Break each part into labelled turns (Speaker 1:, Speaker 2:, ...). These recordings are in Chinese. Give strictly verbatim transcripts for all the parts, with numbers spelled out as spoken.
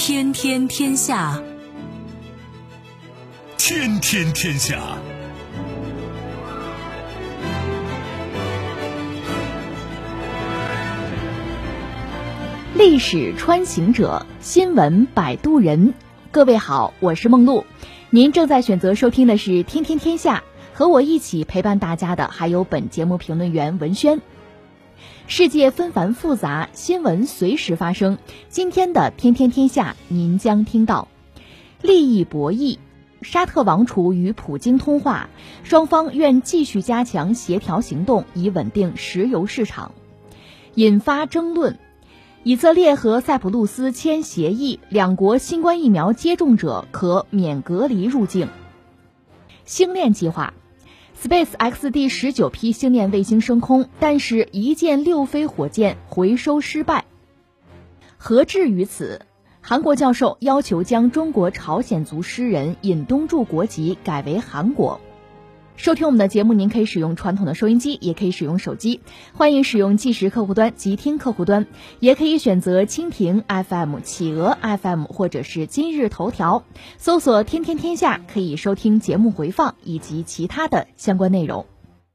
Speaker 1: 天天天下，
Speaker 2: 天天天下。
Speaker 3: 历史穿行者，新闻摆渡人。各位好，我是梦露。您正在选择收听的是天天天下，和我一起陪伴大家的还有本节目评论员文轩。世界纷繁复杂，新闻随时发生。今天的天天天下，您将听到利益博弈，沙特王储与普京通话，双方愿继续加强协调行动，以稳定石油市场，引发争论。以色列和塞浦路斯签协议，两国新冠疫苗接种者可免隔离入境。星链计划 ，Space X 第十九批星链卫星升空，但是一箭六飞火箭回收失败。何至于此？韩国教授要求将中国朝鲜族诗人尹东柱国籍改为韩国。收听我们的节目，您可以使用传统的收音机，也可以使用手机，欢迎使用即时客户端、即听客户端，也可以选择蜻蜓 F M、企鹅 F M 或者是今日头条，搜索天天天下，可以收听节目回放以及其他的相关内容。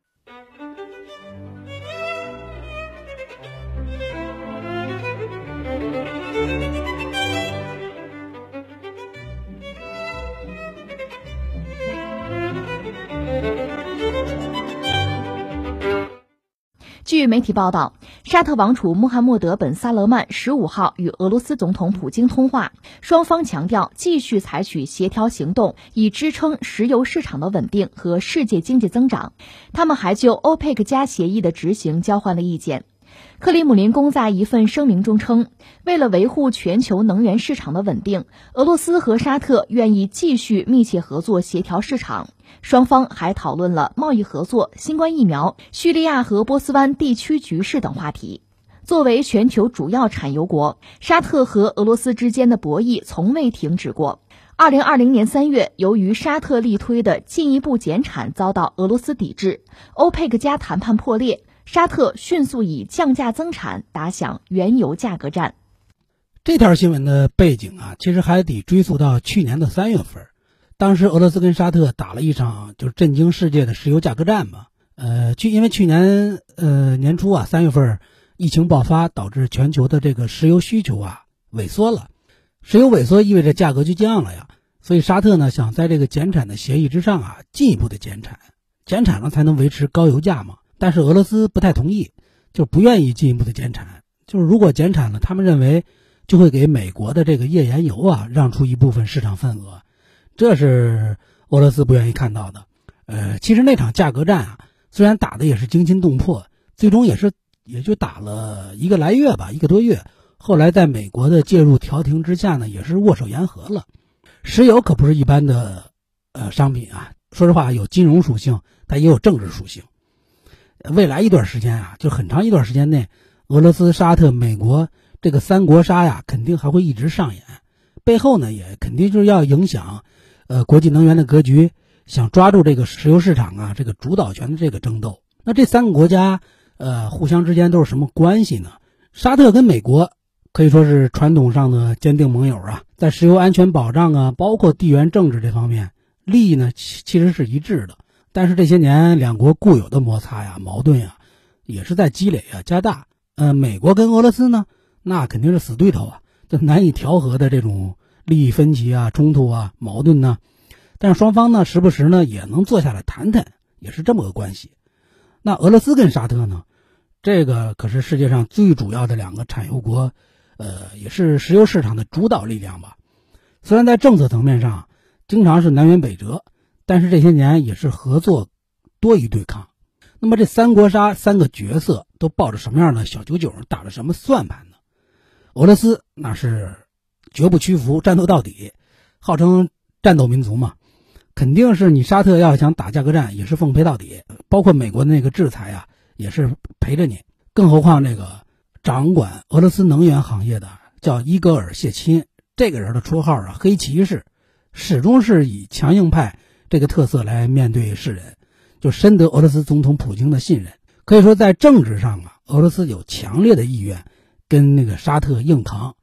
Speaker 3: 据媒体报道，沙特王储穆罕默德本萨勒曼十五号与俄罗斯总统普京通话，双方强调继续采取协调行动，以支撑石油市场的稳定和世界经济增长。他们还就欧佩克加协议的执行交换了意见。克里姆林宫在一份声明中称，为了维护全球能源市场的稳定，俄罗斯和沙特愿意继续密切合作协调市场。双方还讨论了贸易合作、新冠疫苗、叙利亚和波斯湾地区局势等话题。作为全球主要产油国，沙特和俄罗斯之间的博弈从未停止过。二零二零年三月，由于沙特力推的进一步减产遭到俄罗斯抵制，欧佩克加谈判破裂，沙特迅速以降价增产打响原油价格战。
Speaker 4: 这条新闻的背景啊，其实还得追溯到去年的三月份。当时俄罗斯跟沙特打了一场就是震惊世界的石油价格战嘛。呃，去因为去年呃年初啊三月份疫情爆发，导致全球的这个石油需求啊萎缩了。石油萎缩意味着价格就降了呀，所以沙特呢想在这个减产的协议之上啊进一步的减产，减产了才能维持高油价嘛。但是俄罗斯不太同意，就不愿意进一步的减产。就是如果减产了，他们认为就会给美国的这个页岩油啊让出一部分市场份额。这是俄罗斯不愿意看到的。呃，其实那场价格战啊，虽然打的也是惊心动魄，最终也是也就打了一个来月吧，一个多月。后来在美国的介入调停之下呢，也是握手言和了。石油可不是一般的呃商品啊，说实话有金融属性，它也有政治属性。未来一段时间啊，就很长一段时间内，俄罗斯、沙特、美国这个三国杀呀，肯定还会一直上演。背后呢，也肯定就是要影响呃，国际能源的格局，想抓住这个石油市场啊，这个主导权的这个争斗。那这三个国家，呃，互相之间都是什么关系呢？沙特跟美国可以说是传统上的坚定盟友啊，在石油安全保障啊，包括地缘政治这方面，利益呢其实是一致的。但是这些年两国固有的摩擦呀、矛盾呀，也是在积累啊、加大。呃，美国跟俄罗斯呢，那肯定是死对头啊，就难以调和的这种利益分歧啊、冲突啊、矛盾呢，但是双方呢时不时呢也能坐下来谈谈，也是这么个关系。那俄罗斯跟沙特呢，这个可是世界上最主要的两个产油国，呃，也是石油市场的主导力量吧。虽然在政策层面上经常是南辕北辙，但是这些年也是合作多于对抗。那么这三国杀三个角色都抱着什么样的小九九，打着什么算盘呢？俄罗斯那是绝不屈服，战斗到底，号称战斗民族嘛，肯定是你沙特要想打价格战也是奉陪到底，包括美国的那个制裁啊也是陪着你。更何况这个掌管俄罗斯能源行业的叫伊戈尔谢钦，这个人的绰号啊黑骑士，始终是以强硬派这个特色来面对世人，就深得俄罗斯总统普京的信任。可以说在政治上啊，俄罗斯有强烈的意愿跟那个沙特硬扛，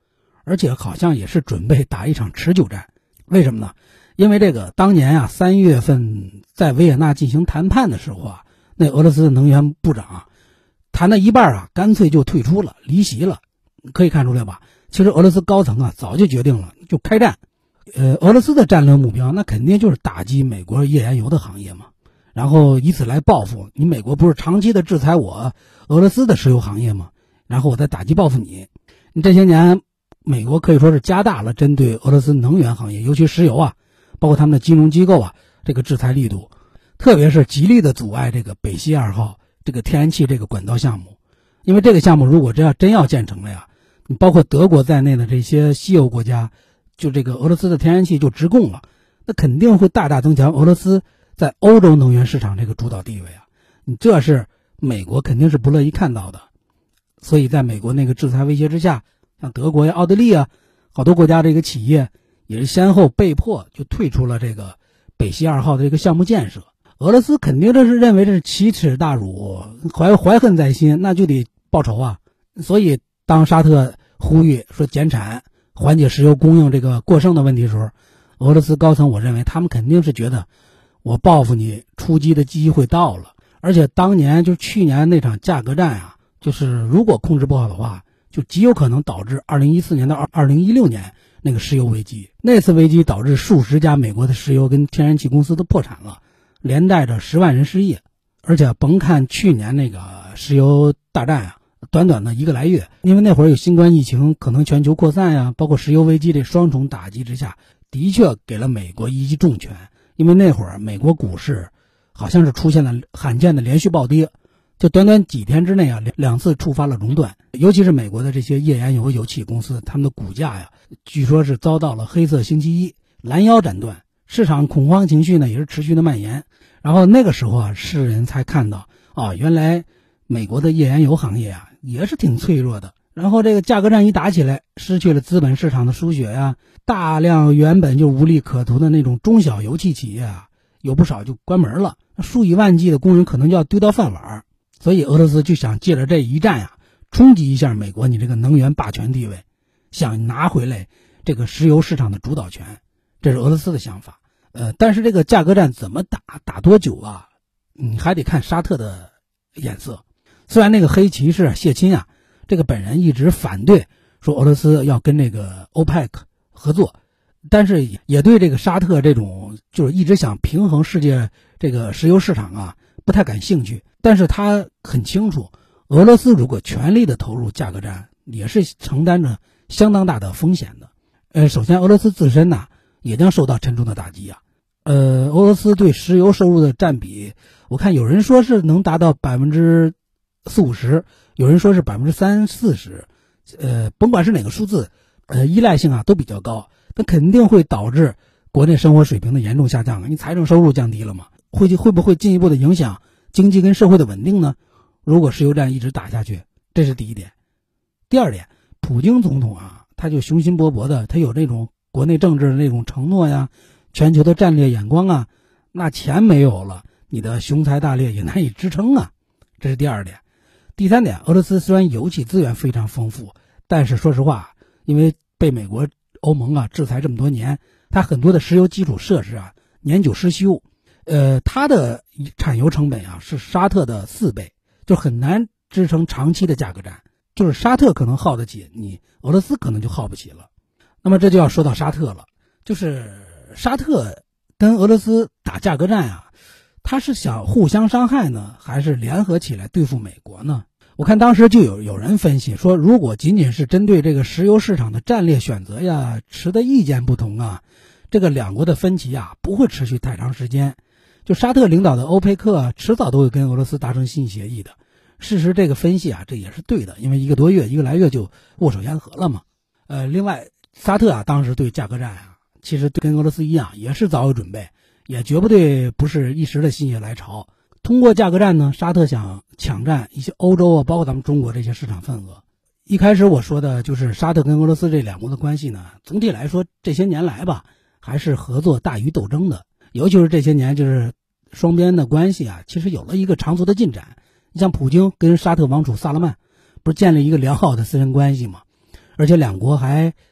Speaker 4: 而且好像也是准备打一场持久战。为什么呢？因为这个当年啊三月份在维也纳进行谈判的时候啊，那俄罗斯的能源部长啊谈到一半啊，干脆就退出了，离席了。可以看出来吧，其实俄罗斯高层啊早就决定了，就开战。呃，俄罗斯的战略目标那肯定就是打击美国页岩油的行业嘛，然后以此来报复你。美国不是长期的制裁我俄罗斯的石油行业吗？然后我再打击报复你。你这些年美国可以说是加大了针对俄罗斯能源行业，尤其石油啊，包括他们的金融机构啊，这个制裁力度，特别是极力的阻碍这个北溪二号这个天然气这个管道项目。因为这个项目如果真要真要建成了呀，你包括德国在内的这些西欧国家，就这个俄罗斯的天然气就直供了，那肯定会大大增强俄罗斯在欧洲能源市场这个主导地位啊。你这是美国肯定是不乐意看到的。所以在美国那个制裁威胁之下，像德国呀、奥地利啊，好多国家这个企业也是先后被迫就退出了这个北溪二号的这个项目建设。俄罗斯肯定这是认为这是奇耻大辱，怀怀恨在心，那就得报仇啊。所以当沙特呼吁说减产缓解石油供应这个过剩的问题的时候，俄罗斯高层我认为他们肯定是觉得我报复你出击的机会到了。而且当年就去年那场价格战啊，就是如果控制不好的话，就极有可能导致二零一四年到二零一六年那个石油危机。那次危机导致数十家美国的石油跟天然气公司都破产了，连带着十万人失业。而且甭看去年那个石油大战啊，短短的一个来月，因为那会儿有新冠疫情可能全球扩散呀，包括石油危机这双重打击之下，的确给了美国一记重拳。因为那会儿美国股市好像是出现了罕见的连续暴跌，就短短几天之内啊，两两次触发了熔断。尤其是美国的这些页岩油油气公司，他们的股价呀，据说是遭到了黑色星期一，拦腰斩断。市场恐慌情绪呢也是持续的蔓延。然后那个时候啊，世人才看到啊，原来美国的页岩油行业啊也是挺脆弱的。然后这个价格战一打起来，失去了资本市场的输血呀，大量原本就无利可图的那种中小油气企业啊，有不少就关门了，数以万计的工人可能就要丢掉饭碗。所以俄罗斯就想借着这一战呀，冲击一下美国你这个能源霸权地位，想拿回来这个石油市场的主导权，这是俄罗斯的想法。呃，但是这个价格战怎么打，打多久啊，你还得看沙特的眼色。虽然那个黑骑士谢钦啊，这个本人一直反对说俄罗斯要跟这个欧佩克合作，但是也对这个沙特这种就是一直想平衡世界这个石油市场啊不太感兴趣。但是他很清楚，俄罗斯如果全力的投入价格战，也是承担着相当大的风险的。呃，首先俄罗斯自身呐也将受到沉重的打击啊。呃，俄罗斯对石油收入的占比，我看有人说是能达到百分之四五十，有人说是百分之三四十。呃，甭管是哪个数字，呃，依赖性啊都比较高，它肯定会导致国内生活水平的严重下降啊。你财政收入降低了嘛，会会不会进一步的影响经济跟社会的稳定呢？如果石油战一直打下去，这是第一点。第二点，普京总统啊，他就雄心勃勃的，他有那种国内政治的那种承诺呀，全球的战略眼光啊，那钱没有了，你的雄才大略也难以支撑啊。这是第二点。第三点，俄罗斯虽然油气资源非常丰富，但是说实话，因为被美国、欧盟啊制裁这么多年，它很多的石油基础设施啊年久失修，呃，它的产油成本啊是沙特的四倍，就很难支撑长期的价格战。就是沙特可能耗得起，你俄罗斯可能就耗不起了。那么这就要说到沙特了，就是沙特跟俄罗斯打价格战啊，他是想互相伤害呢，还是联合起来对付美国呢？我看当时就有有人分析说，如果仅仅是针对这个石油市场的战略选择呀，持的意见不同啊，这个两国的分歧啊不会持续太长时间。就沙特领导的欧佩克啊，迟早都会跟俄罗斯达成新协议的。事实这个分析啊，这也是对的，因为一个多月一个来月就握手言和了嘛。呃，另外沙特啊，当时对价格战啊，其实跟俄罗斯一样，也是早有准备，也绝不对不是一时的心血来潮。通过价格战呢，沙特想抢占一些欧洲啊，包括咱们中国这些市场份额。一开始我说的就是沙特跟俄罗斯这两国的关系呢，总体来说这些年来吧，还是合作大于斗争的。尤其是这些年，就是双边的关系啊，其实有了一个长足的进展。你像普京跟沙特王储萨勒曼不是建立一个良好的私人关系吗？而且两国还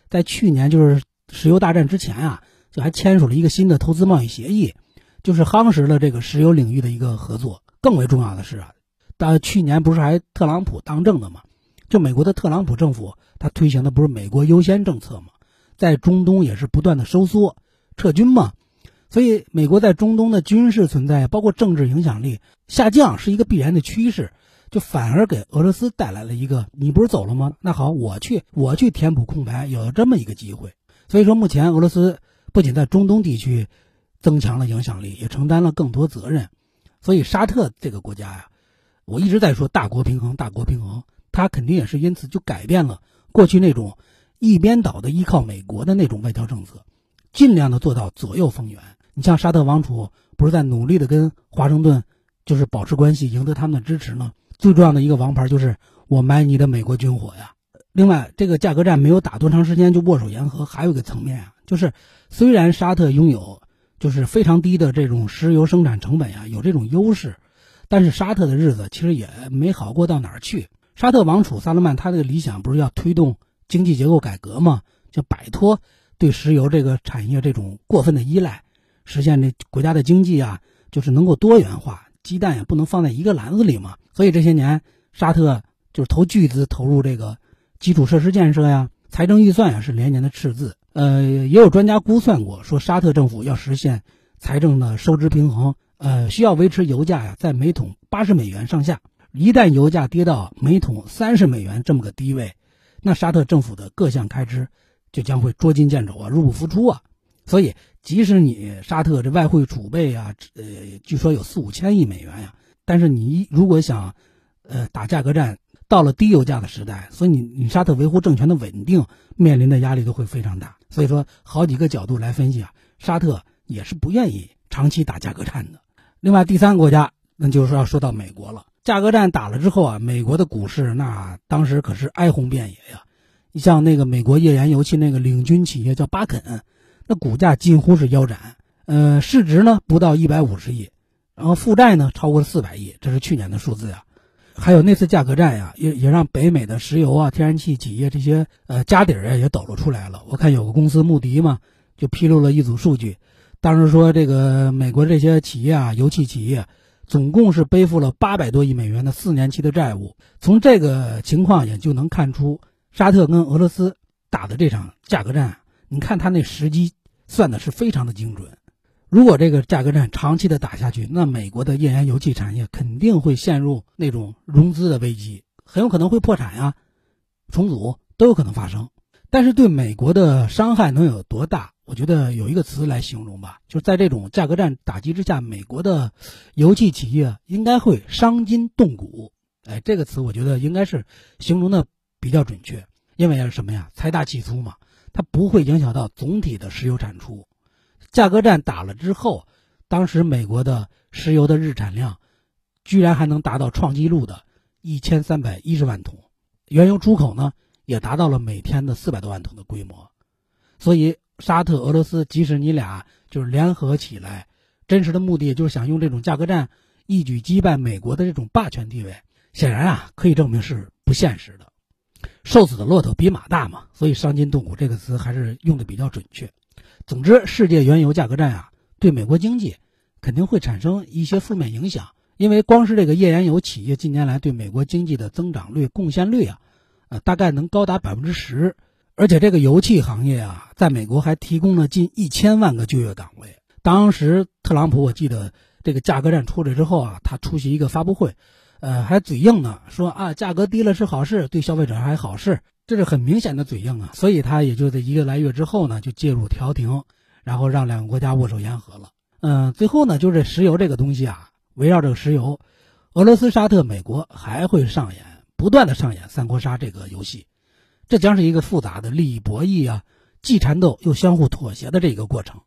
Speaker 4: 在去年就是石油大战之前啊，就还签署了一个新的投资贸易协议，就是夯实了这个石油领域的一个合作。更为重要的是啊，到去年不是还特朗普当政的吗？就美国的特朗普政府，他推行的不是美国优先政策吗？在中东也是不断的收缩撤军嘛，所以美国在中东的军事存在包括政治影响力下降是一个必然的趋势，就反而给俄罗斯带来了一个你不是走了吗？那好，我去我去填补空白，有这么一个机会。所以说目前俄罗斯不仅在中东地区增强了影响力，也承担了更多责任。所以沙特这个国家呀，我一直在说大国平衡大国平衡，它肯定也是因此就改变了过去那种一边倒的依靠美国的那种外交政策，尽量的做到左右逢源。你像沙特王储不是在努力的跟华盛顿就是保持关系，赢得他们的支持呢？最重要的一个王牌就是我买你的美国军火呀。另外，这个价格战没有打多长时间就握手言和，还有一个层面啊，就是虽然沙特拥有就是非常低的这种石油生产成本呀，有这种优势，但是沙特的日子其实也没好过到哪儿去。沙特王储萨勒曼他这个理想不是要推动经济结构改革吗？就摆脱对石油这个产业这种过分的依赖，实现这国家的经济啊，就是能够多元化，鸡蛋也不能放在一个篮子里嘛。所以这些年沙特就是投巨资投入这个基础设施建设呀，财政预算呀是连年的赤字。呃，也有专家估算过，说沙特政府要实现财政的收支平衡，呃，需要维持油价呀在每桶八十美元上下。一旦油价跌到每桶三十美元这么个低位，那沙特政府的各项开支就将会捉襟见肘啊，入不敷出啊。所以即使你沙特这外汇储备啊，呃，据说有四五千亿美元呀，但是你如果想呃打价格战，到了低油价的时代，所以你你沙特维护政权的稳定面临的压力都会非常大。所以说好几个角度来分析啊，沙特也是不愿意长期打价格战的。另外第三个国家那就是要说到美国了。价格战打了之后啊，美国的股市那当时可是哀鸿遍野呀。你像那个美国页岩油气那个领军企业叫巴肯，那股价近乎是腰斩，呃，市值呢不到一百五十亿，然后负债呢超过四百亿，这是去年的数字呀。还有那次价格战呀，也也让北美的石油啊、天然气企业这些呃家底儿啊也抖露出来了。我看有个公司穆迪嘛，就披露了一组数据，当时说这个美国这些企业啊，油气企业总共是背负了八百多亿美元的四年期的债务。从这个情况也就能看出，沙特跟俄罗斯打的这场价格战，你看他那时机算的是非常的精准。如果这个价格战长期的打下去，那美国的页岩油气产业肯定会陷入那种融资的危机，很有可能会破产呀、重组都有可能发生。但是对美国的伤害能有多大？我觉得有一个词来形容吧，就是在这种价格战打击之下，美国的油气企业应该会伤筋动骨。哎，这个词我觉得应该是形容的比较准确，因为是什么呀？财大气粗嘛，它不会影响到总体的石油产出。价格战打了之后，当时美国的石油的日产量居然还能达到创纪录的一千三百一十万桶，原油出口呢也达到了每天的四百多万桶的规模。所以沙特、俄罗斯，即使你俩就是联合起来，真实的目的就是想用这种价格战一举击败美国的这种霸权地位，显然啊可以证明是不现实的。瘦死的骆驼比马大嘛，所以伤筋动骨这个词还是用的比较准确。总之，世界原油价格战啊，对美国经济肯定会产生一些负面影响，因为光是这个页岩油企业近年来对美国经济的增长率、贡献率啊，呃，大概能高达百分之十，而且这个油气行业啊，在美国还提供了近一千万个就业岗位。当时特朗普我记得这个价格战出来之后啊，他出席一个发布会，呃，还嘴硬呢，说啊，价格低了是好事，对消费者还好事。这是很明显的嘴硬啊，所以他也就在一个来月之后呢，就介入调停，然后让两个国家握手言和了。嗯，最后呢，就是石油这个东西啊，围绕这个石油，俄罗斯、沙特、美国还会上演不断的上演三国杀这个游戏，这将是一个复杂的利益博弈啊，既缠斗又相互妥协的这个过程。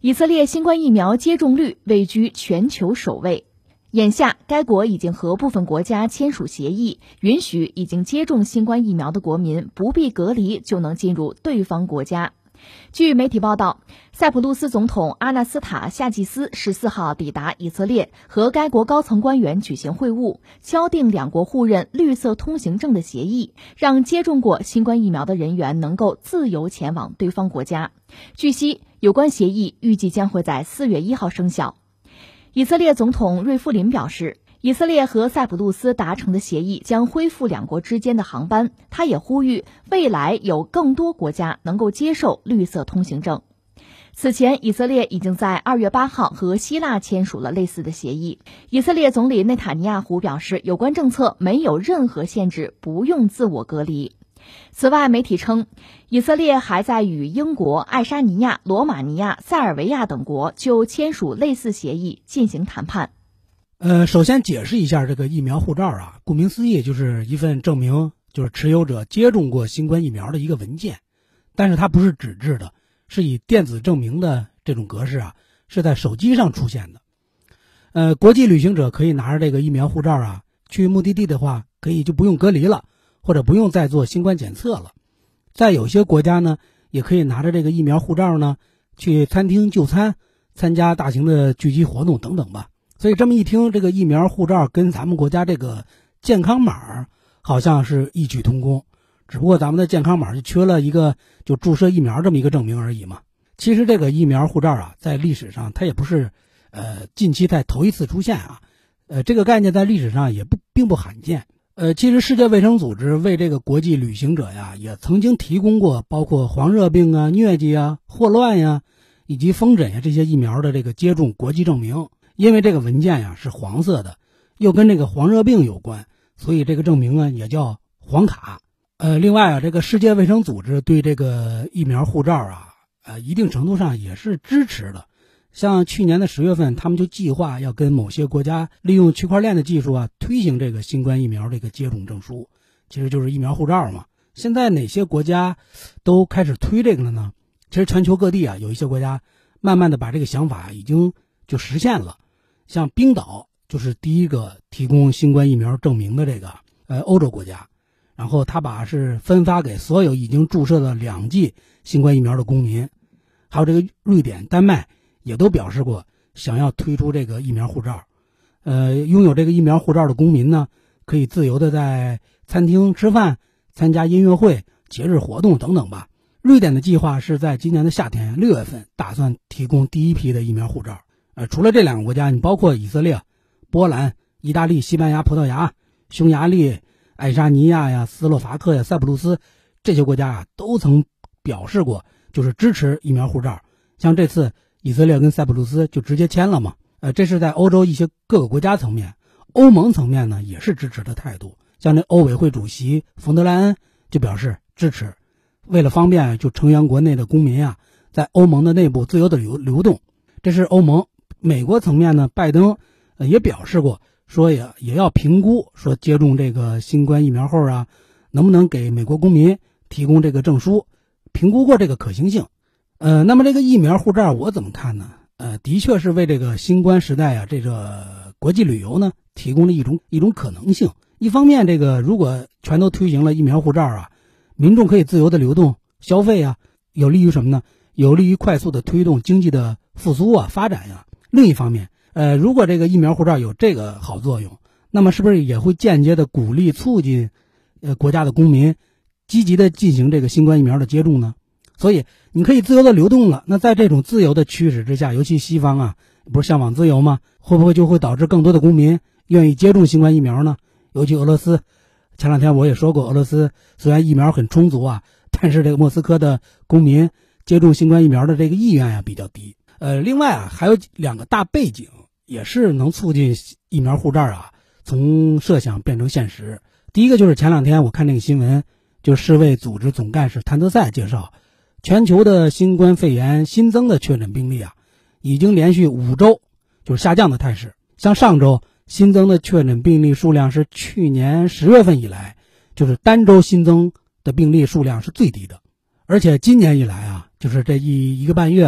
Speaker 3: 以色列新冠疫苗接种率位居全球首位。眼下，该国已经和部分国家签署协议，允许已经接种新冠疫苗的国民不必隔离就能进入对方国家。据媒体报道，塞浦路斯总统阿纳斯塔夏季斯十四号抵达以色列，和该国高层官员举行会晤，敲定两国互认绿色通行证的协议，让接种过新冠疫苗的人员能够自由前往对方国家。据悉，有关协议预计将会在四月一号生效。以色列总统瑞夫林表示，以色列和塞浦路斯达成的协议将恢复两国之间的航班。他也呼吁未来有更多国家能够接受绿色通行证。此前，以色列已经在二月八号和希腊签署了类似的协议。以色列总理内塔尼亚胡表示，有关政策没有任何限制，不用自我隔离。此外，媒体称，以色列还在与英国、爱沙尼亚、罗马尼亚、塞尔维亚等国就签署类似协议进行谈判。
Speaker 4: 呃，首先解释一下这个疫苗护照啊，顾名思义就是一份证明就是持有者接种过新冠疫苗的一个文件，但是它不是纸质的，是以电子证明的这种格式啊，是在手机上出现的。呃，国际旅行者可以拿着这个疫苗护照啊，去目的地的话，可以就不用隔离了，或者不用再做新冠检测了。在有些国家呢，也可以拿着这个疫苗护照呢，去餐厅就餐，参加大型的聚集活动等等吧。所以这么一听，这个疫苗护照跟咱们国家这个健康码好像是异曲同工，只不过咱们的健康码就缺了一个就注射疫苗这么一个证明而已嘛。其实这个疫苗护照啊，在历史上它也不是呃近期才头一次出现啊，呃这个概念在历史上也不并不罕见。呃，其实世界卫生组织为这个国际旅行者呀，也曾经提供过包括黄热病啊、疟疾啊、霍乱呀，以及风疹呀这些疫苗的这个接种国际证明。因为这个文件呀是黄色的，又跟这个黄热病有关，所以这个证明呢也叫黄卡。呃，另外啊，这个世界卫生组织对这个疫苗护照啊，呃，一定程度上也是支持的。像去年的十月份，他们就计划要跟某些国家利用区块链的技术啊，推行这个新冠疫苗这个接种证书，其实就是疫苗护照嘛。现在哪些国家都开始推这个了呢？其实全球各地啊，有一些国家慢慢的把这个想法已经就实现了。像冰岛就是第一个提供新冠疫苗证明的这个呃欧洲国家，然后他把是分发给所有已经注射了两剂新冠疫苗的公民，还有这个瑞典、丹麦也都表示过想要推出这个疫苗护照。呃，拥有这个疫苗护照的公民呢，可以自由的在餐厅吃饭、参加音乐会、节日活动等等吧。瑞典的计划是在今年的夏天六月份打算提供第一批的疫苗护照。呃，除了这两个国家，你包括以色列、波兰、意大利、西班牙、葡萄牙、匈牙利、爱沙尼亚呀、斯洛伐克呀、塞浦路斯这些国家啊，都曾表示过就是支持疫苗护照。像这次以色列跟塞浦路斯就直接签了嘛。呃，这是在欧洲一些各个国家层面，欧盟层面呢也是支持的态度。像那欧委会主席冯德莱恩就表示支持，为了方便就成员国内的公民啊，在欧盟的内部自由的流流动。这是欧盟。美国层面呢，拜登呃也表示过，说也也要评估说接种这个新冠疫苗后啊，能不能给美国公民提供这个证书，评估过这个可行性。呃，那么这个疫苗护照我怎么看呢？呃，的确是为这个新冠时代啊，这个国际旅游呢提供了一种一种可能性。一方面，这个如果全都推行了疫苗护照啊，民众可以自由的流动消费啊，有利于什么呢？有利于快速的推动经济的复苏啊、发展呀。另一方面，呃，如果这个疫苗护照有这个好作用，那么是不是也会间接的鼓励促进，呃，国家的公民积极的进行这个新冠疫苗的接种呢？所以你可以自由的流动了。那在这种自由的驱使之下，尤其西方啊，不是向往自由吗？会不会就会导致更多的公民愿意接种新冠疫苗呢？尤其俄罗斯，前两天我也说过，俄罗斯虽然疫苗很充足啊，但是这个莫斯科的公民接种新冠疫苗的这个意愿呀比较低。呃，另外啊，还有两个大背景也是能促进疫苗护照啊从设想变成现实。第一个就是前两天我看那个新闻，就世卫组织总干事谭德赛介绍，全球的新冠肺炎新增的确诊病例啊，已经连续五周就是下降的态势。像上周新增的确诊病例数量是去年十月份以来，就是单周新增的病例数量是最低的。而且今年以来啊，就是这一一个半月吧，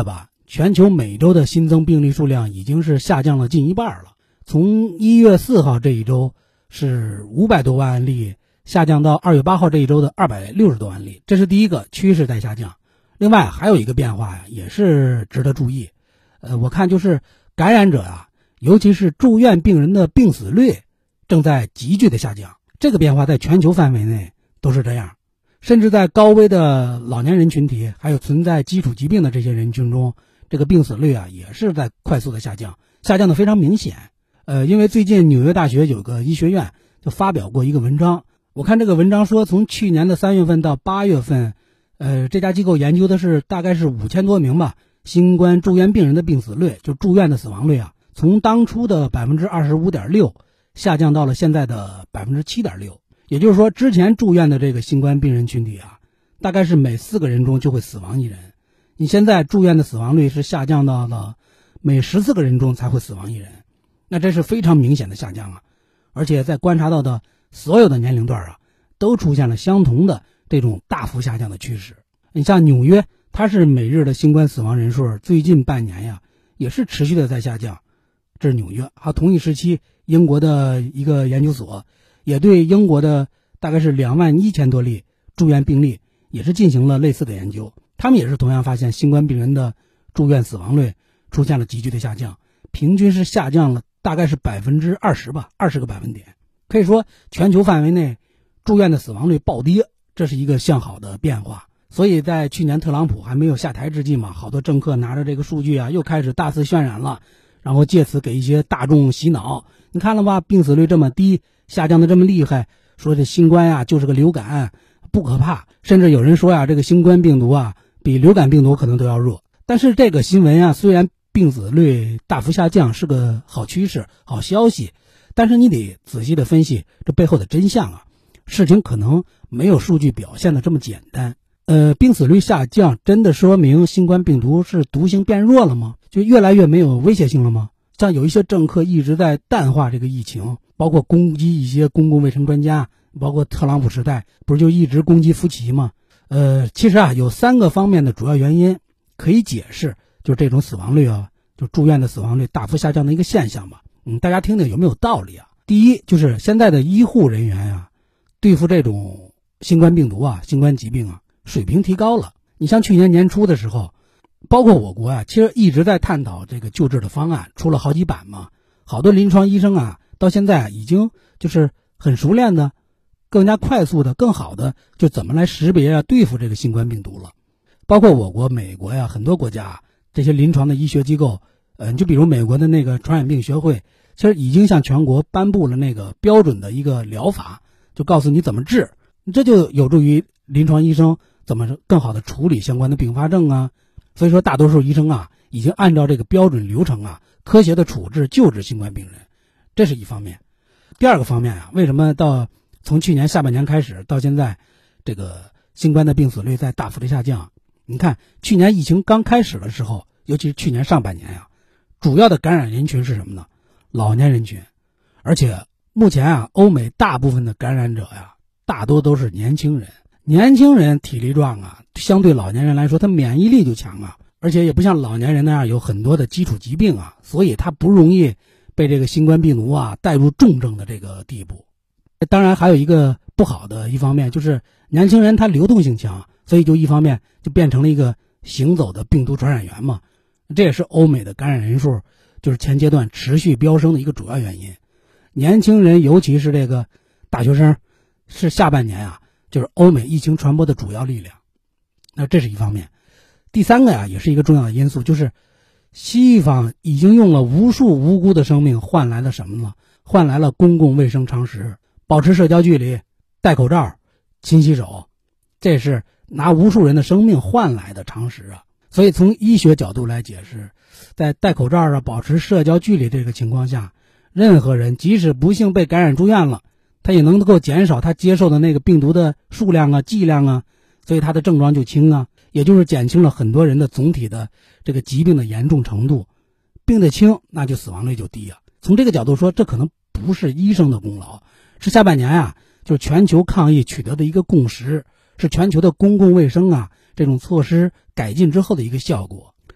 Speaker 4: 全球每周的新增病例数量已经是下降了近一半了。从一月四号这一周是五百多万案例，下降到二月八号这一周的二百六十多万例，这是第一个趋势在下降。另外还有一个变化呀，也是值得注意。呃，我看就是感染者啊，尤其是住院病人的病死率正在急剧的下降。这个变化在全球范围内都是这样，甚至在高危的老年人群体，还有存在基础疾病的这些人群中，这个病死率啊也是在快速的下降，下降的非常明显。呃，因为最近纽约大学有个医学院就发表过一个文章，我看这个文章说，从去年的三月份到八月份，呃，这家机构研究的是大概是五千多名吧，新冠住院病人的病死率，就住院的死亡率啊，从当初的百分之二十五点六下降到了现在的百分之七点六。也就是说，之前住院的这个新冠病人群体啊，大概是每四个人中就会死亡一人。你现在住院的死亡率是下降到了每十四个人中才会死亡一人，那这是非常明显的下降啊！而且在观察到的所有的年龄段啊，都出现了相同的这种大幅下降的趋势。你像纽约，它是每日的新冠死亡人数最近半年呀，也是持续的在下降。这是纽约。还有同一时期，英国的一个研究所也对英国的大概是两万一千多例住院病例也是进行了类似的研究，他们也是同样发现新冠病人的住院死亡率出现了急剧的下降，平均是下降了大概是百分之二十吧，二十个百分点。可以说全球范围内住院的死亡率暴跌，这是一个向好的变化。所以在去年特朗普还没有下台之际嘛，好多政客拿着这个数据啊，又开始大肆渲染了，然后借此给一些大众洗脑。你看了吧，病死率这么低，下降的这么厉害，说这新冠呀就是个流感，不可怕，甚至有人说呀，这个新冠病毒啊比流感病毒可能都要弱。但是这个新闻啊，虽然病死率大幅下降是个好趋势、好消息，但是你得仔细的分析这背后的真相啊，事情可能没有数据表现的这么简单。呃，病死率下降真的说明新冠病毒是毒性变弱了吗？就越来越没有威胁性了吗？像有一些政客一直在淡化这个疫情，包括攻击一些公共卫生专家，包括特朗普时代不是就一直攻击福奇吗？呃，其实啊，有三个方面的主要原因可以解释，就是这种死亡率啊，就住院的死亡率大幅下降的一个现象吧。嗯，大家听听有没有道理啊？第一，就是现在的医护人员啊，对付这种新冠病毒啊、新冠疾病啊，水平提高了。你像去年年初的时候，包括我国啊，其实一直在探讨这个救治的方案，出了好几版嘛。好多临床医生啊，到现在已经就是很熟练的、更加快速的、更好的就怎么来识别啊、对付这个新冠病毒了。包括我国、美国呀，很多国家这些临床的医学机构，呃，就比如美国的那个传染病学会，其实已经向全国颁布了那个标准的一个疗法，就告诉你怎么治，这就有助于临床医生怎么更好的处理相关的并发症啊。所以说大多数医生啊，已经按照这个标准流程啊，科学的处置救治新冠病人，这是一方面。第二个方面啊，为什么到从去年下半年开始到现在，这个新冠的病死率在大幅的下降？你看去年疫情刚开始的时候，尤其是去年上半年呀、啊，主要的感染人群是什么呢？老年人群。而且目前啊，欧美大部分的感染者呀，大多都是年轻人。年轻人体力壮啊，相对老年人来说，他免疫力就强啊，而且也不像老年人那样有很多的基础疾病啊，所以他不容易被这个新冠病毒啊带入重症的这个地步。当然还有一个不好的一方面，就是年轻人他流动性强，所以就一方面就变成了一个行走的病毒传染源嘛。这也是欧美的感染人数就是前阶段持续飙升的一个主要原因。年轻人尤其是这个大学生是下半年啊，就是欧美疫情传播的主要力量。那这是一方面。第三个呀，也是一个重要的因素，就是西方已经用了无数无辜的生命换来了什么呢？换来了公共卫生常识，保持社交距离、戴口罩、勤洗手，这是拿无数人的生命换来的常识啊。所以从医学角度来解释，在戴口罩啊、保持社交距离这个情况下，任何人即使不幸被感染住院了，他也能够减少他接受的那个病毒的数量啊、剂量啊，所以他的症状就轻啊，也就是减轻了很多人的总体的这个疾病的严重程度。病得轻，那就死亡率就低啊。从这个角度说，这可能不是医生的功劳，是下半年啊，就是全球抗疫取得的一个共识，是全球的公共卫生啊这种措施改进之后的一个效果。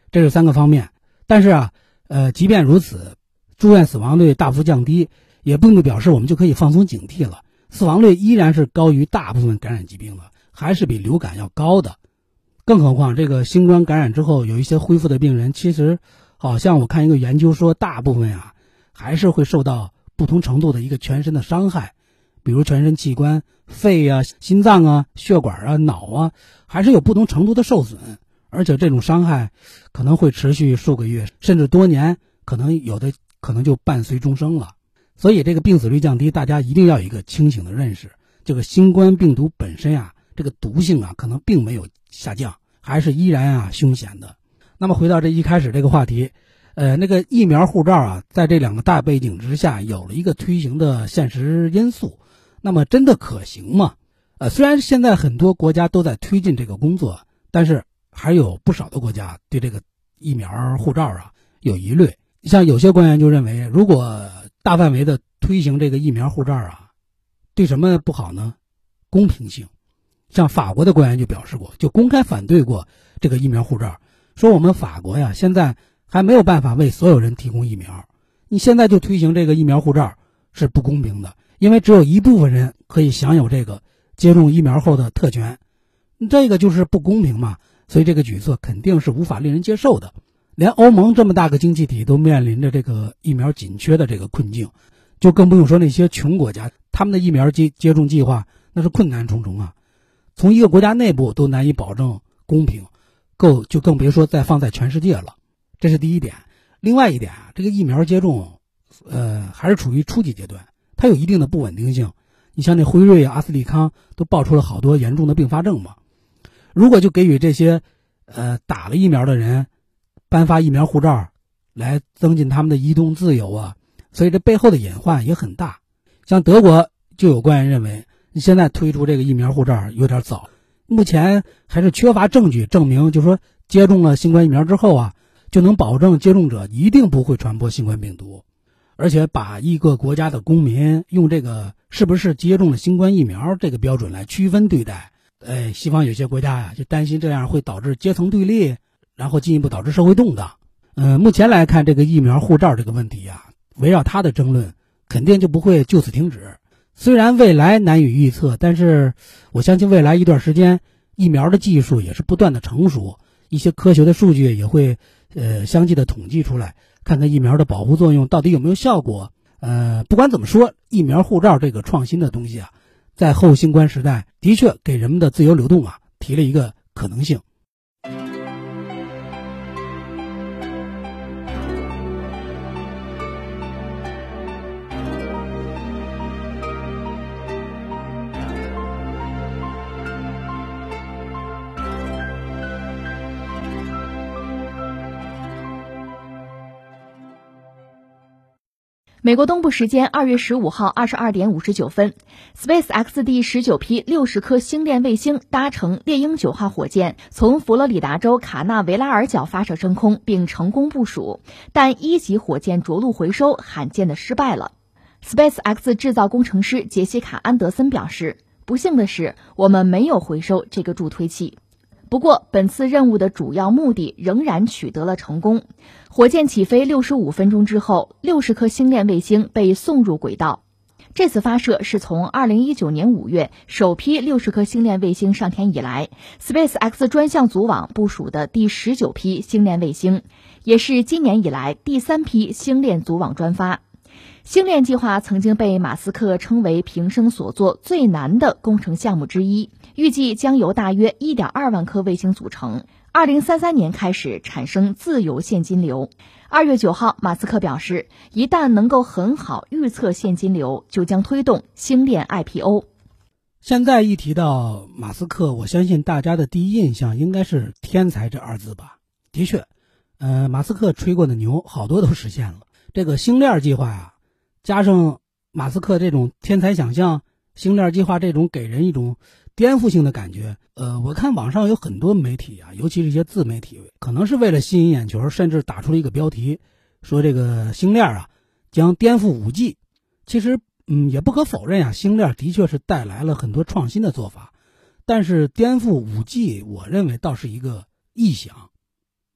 Speaker 4: 这是三个方面。但是啊，呃，即便如此，住院死亡率大幅降低，也并不表示我们就可以放松警惕了。死亡率依然是高于大部分感染疾病的，还是比流感要高的。更何况这个新冠感染之后有一些恢复的病人，其实好像我看一个研究说，大部分啊还是会受到不同程度的一个全身的伤害，比如全身器官、肺啊、心脏啊、血管啊、脑啊，还是有不同程度的受损，而且这种伤害可能会持续数个月甚至多年，可能有的可能就伴随终生了。所以这个病死率降低，大家一定要有一个清醒的认识，这个新冠病毒本身啊，这个毒性啊可能并没有下降，还是依然啊凶险的。那么回到这一开始这个话题，呃，那个疫苗护照啊，在这两个大背景之下，有了一个推行的现实因素。那么真的可行吗？呃，虽然现在很多国家都在推进这个工作，但是还有不少的国家对这个疫苗护照啊有疑虑。像有些官员就认为，如果大范围的推行这个疫苗护照啊，对什么不好呢？公平性。像法国的官员就表示过，就公开反对过这个疫苗护照，说我们法国呀，现在还没有办法为所有人提供疫苗，你现在就推行这个疫苗护照是不公平的，因为只有一部分人可以享有这个接种疫苗后的特权，这个就是不公平嘛，所以这个举措肯定是无法令人接受的。连欧盟这么大个经济体都面临着这个疫苗紧缺的这个困境，就更不用说那些穷国家，他们的疫苗接接种计划那是困难重重啊，从一个国家内部都难以保证公平，够就更别说再放在全世界了。这是第一点。另外一点啊，这个疫苗接种呃还是处于初级阶段，它有一定的不稳定性。你像那辉瑞啊、阿斯利康都爆出了好多严重的并发症嘛。如果就给予这些呃打了疫苗的人颁发疫苗护照，来增进他们的移动自由啊，所以这背后的隐患也很大。像德国就有官员认为，你现在推出这个疫苗护照有点早，目前还是缺乏证据证明，就是说接种了新冠疫苗之后啊，就能保证接种者一定不会传播新冠病毒。而且把一个国家的公民用这个是不是接种了新冠疫苗这个标准来区分对待，哎，西方有些国家呀、啊、就担心这样会导致阶层对立，然后进一步导致社会动荡。呃，目前来看，这个疫苗护照这个问题啊，围绕它的争论肯定就不会就此停止。虽然未来难以预测，但是我相信未来一段时间，疫苗的技术也是不断的成熟，一些科学的数据也会呃相继的统计出来，看看疫苗的保护作用到底有没有效果。呃，不管怎么说，疫苗护照这个创新的东西啊，在后新冠时代的确给人们的自由流动啊提了一个可能性。
Speaker 3: 美国东部时间二月十五号二十二点五十九分 ，SpaceX 第十九批六十颗星链卫星搭乘猎鹰九号火箭从佛罗里达州卡纳维拉尔角发射升空，并成功部署，但一级火箭着陆回收罕见的失败了。SpaceX 制造工程师杰西卡·安德森表示，不幸的是，我们没有回收这个助推器。不过，本次任务的主要目的仍然取得了成功。火箭起飞六十五分钟之后，六十颗星链卫星被送入轨道。这次发射是从二零一九年五月首批六十颗星链卫星上天以来 ，SpaceX 专项组网部署的第十九批星链卫星，也是今年以来第三批星链组网专发。星链计划曾经被马斯克称为平生所做最难的工程项目之一，预计将由大约 一点二万颗卫星组成，二零三三年开始产生自由现金流。二月九号，马斯克表示，一旦能够很好预测现金流，就将推动星链 I P O。
Speaker 4: 现在一提到马斯克，我相信大家的第一印象应该是天才这二字吧。的确，呃，马斯克吹过的牛好多都实现了。这个星链计划啊，加上马斯克这种天才想象，星链计划这种给人一种颠覆性的感觉。呃，我看网上有很多媒体啊，尤其是一些自媒体，可能是为了吸引眼球，甚至打出了一个标题，说这个星链啊将颠覆 五 G。 其实嗯，也不可否认啊，星链的确是带来了很多创新的做法，但是颠覆 五 G 我认为倒是一个臆想。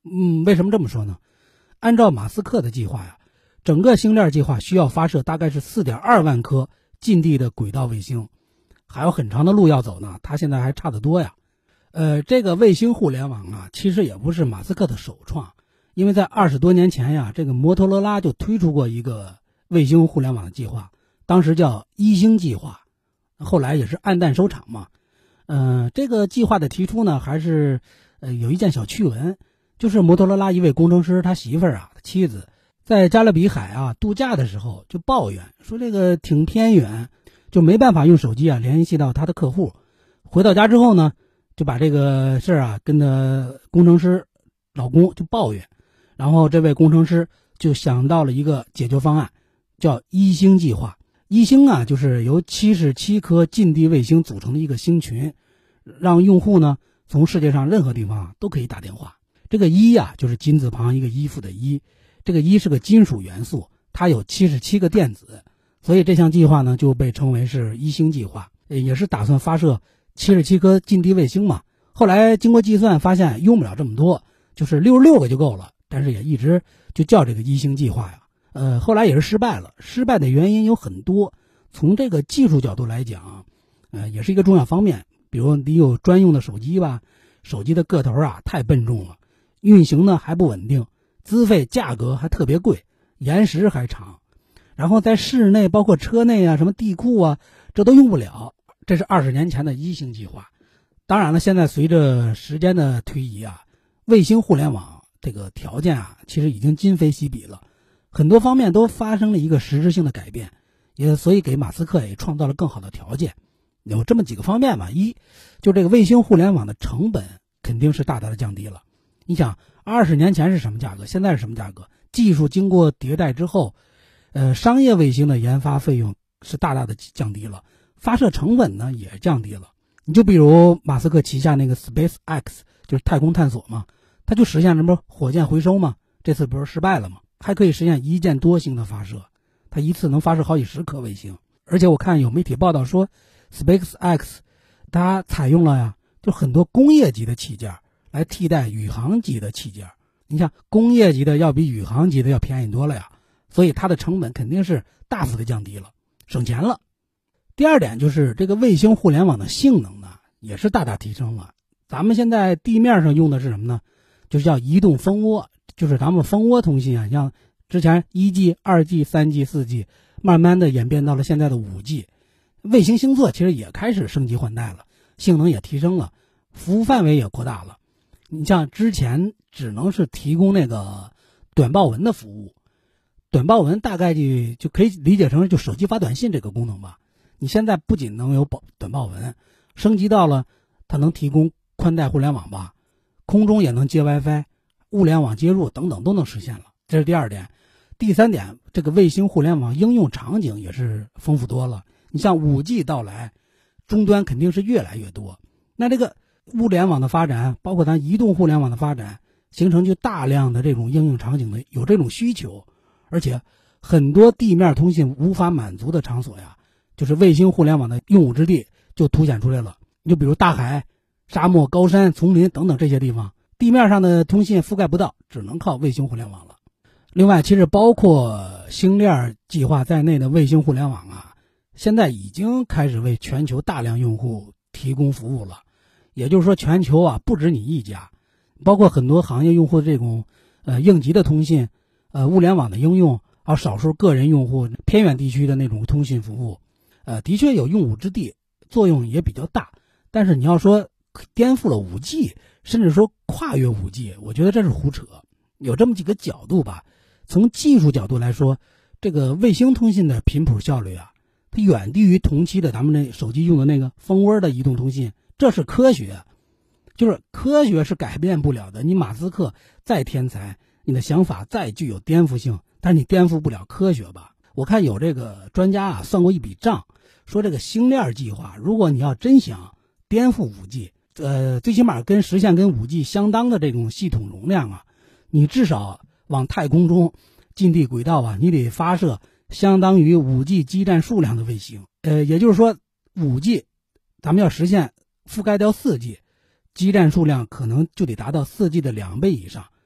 Speaker 4: 嗯，为什么这么说呢？按照马斯克的计划呀，整个星链计划需要发射大概是 四点二万颗近地的轨道卫星，还有很长的路要走呢，他现在还差得多呀。呃，这个卫星互联网啊，其实也不是马斯克的首创，因为在二十多年前呀，这个摩托罗拉就推出过一个卫星互联网的计划，当时叫一星计划，后来也是黯淡收场嘛。呃，这个计划的提出呢，还是呃有一件小趣闻，就是摩托罗拉一位工程师他媳妇儿啊，妻子在加勒比海啊度假的时候就抱怨说这个挺偏远，就没办法用手机啊联系到他的客户。回到家之后呢，就把这个事儿啊跟他工程师老公就抱怨，然后这位工程师就想到了一个解决方案，叫一星计划。一星啊，就是由七十七颗近地卫星组成的一个星群，让用户呢从世界上任何地方啊都可以打电话。这个一啊，就是金字旁一个依附的依，这个一是个金属元素，它有七十七个电子，所以这项计划呢就被称为是一星计划，也是打算发射七十七颗近地卫星嘛。后来经过计算发现用不了这么多，就是六十六个就够了，但是也一直就叫这个一星计划呀。呃，后来也是失败了，失败的原因有很多。从这个技术角度来讲，呃，也是一个重要方面。比如你有专用的手机吧，手机的个头啊太笨重了，运行呢还不稳定，资费价格还特别贵，延时还长。然后在室内，包括车内啊，什么地库啊，这都用不了。这是二十年前的一星计划。当然了，现在随着时间的推移啊，卫星互联网这个条件啊，其实已经今非昔比了。很多方面都发生了一个实质性的改变，也所以给马斯克也创造了更好的条件。有这么几个方面吧，一就这个卫星互联网的成本肯定是大大的降低了。你想二十年前是什么价格，现在是什么价格？技术经过迭代之后，呃，商业卫星的研发费用是大大的降低了，发射成本呢也降低了。你就比如马斯克旗下那个 SpaceX， 就是太空探索嘛，它就实现什么火箭回收嘛，这次不是失败了吗？还可以实现一箭多星的发射，它一次能发射好几十颗卫星。而且我看有媒体报道说 SpaceX 它采用了呀，就很多工业级的器件来替代宇航级的器件。你想工业级的要比宇航级的要便宜多了呀，所以它的成本肯定是大幅的降低了，省钱了。第二点就是这个卫星互联网的性能呢也是大大提升了。咱们现在地面上用的是什么呢？就是叫移动蜂窝，就是咱们蜂窝通信啊，像之前一 G、二 G、三 G、四 G， 慢慢的演变到了现在的五 G。卫星星座其实也开始升级换代了，性能也提升了，服务范围也扩大了。你像之前只能是提供那个短报文的服务，短报文大概就就可以理解成就手机发短信这个功能吧。你现在不仅能有短报文，升级到了它能提供宽带互联网吧，空中也能接 WiFi， 物联网接入等等都能实现了。这是第二点。第三点，这个卫星互联网应用场景也是丰富多了。你像五 G 到来，终端肯定是越来越多，那这个物联网的发展，包括咱移动互联网的发展，形成就大量的这种应用场景的有这种需求。而且很多地面通信无法满足的场所呀，就是卫星互联网的用武之地就凸显出来了。你就比如大海、沙漠、高山、丛林等等这些地方，地面上的通信覆盖不到，只能靠卫星互联网了。另外，其实包括星链计划在内的卫星互联网啊，现在已经开始为全球大量用户提供服务了。也就是说，全球啊不止你一家，包括很多行业用户的这种呃应急的通信、呃物联网的应用，还有少数个人用户偏远地区的那种通信服务，呃的确有用武之地，作用也比较大。但是你要说颠覆了五 G， 甚至说跨越五 G， 我觉得这是胡扯。有这么几个角度吧。从技术角度来说，这个卫星通信的频谱效率啊，它远低于同期的咱们那手机用的那个蜂窝的移动通信，这是科学。就是科学是改变不了的，你马斯克再天才，你的想法再具有颠覆性，但是你颠覆不了科学吧。我看有这个专家啊算过一笔账，说这个星链计划，如果你要真想颠覆五 G， 呃，最起码跟实现跟五 G 相当的这种系统容量啊，你至少往太空中近地轨道啊，你得发射相当于五 G 基站数量的卫星。呃，也就是说五 G 咱们要实现覆盖掉四 G， 基站数量可能就得达到四 G 的两倍以上。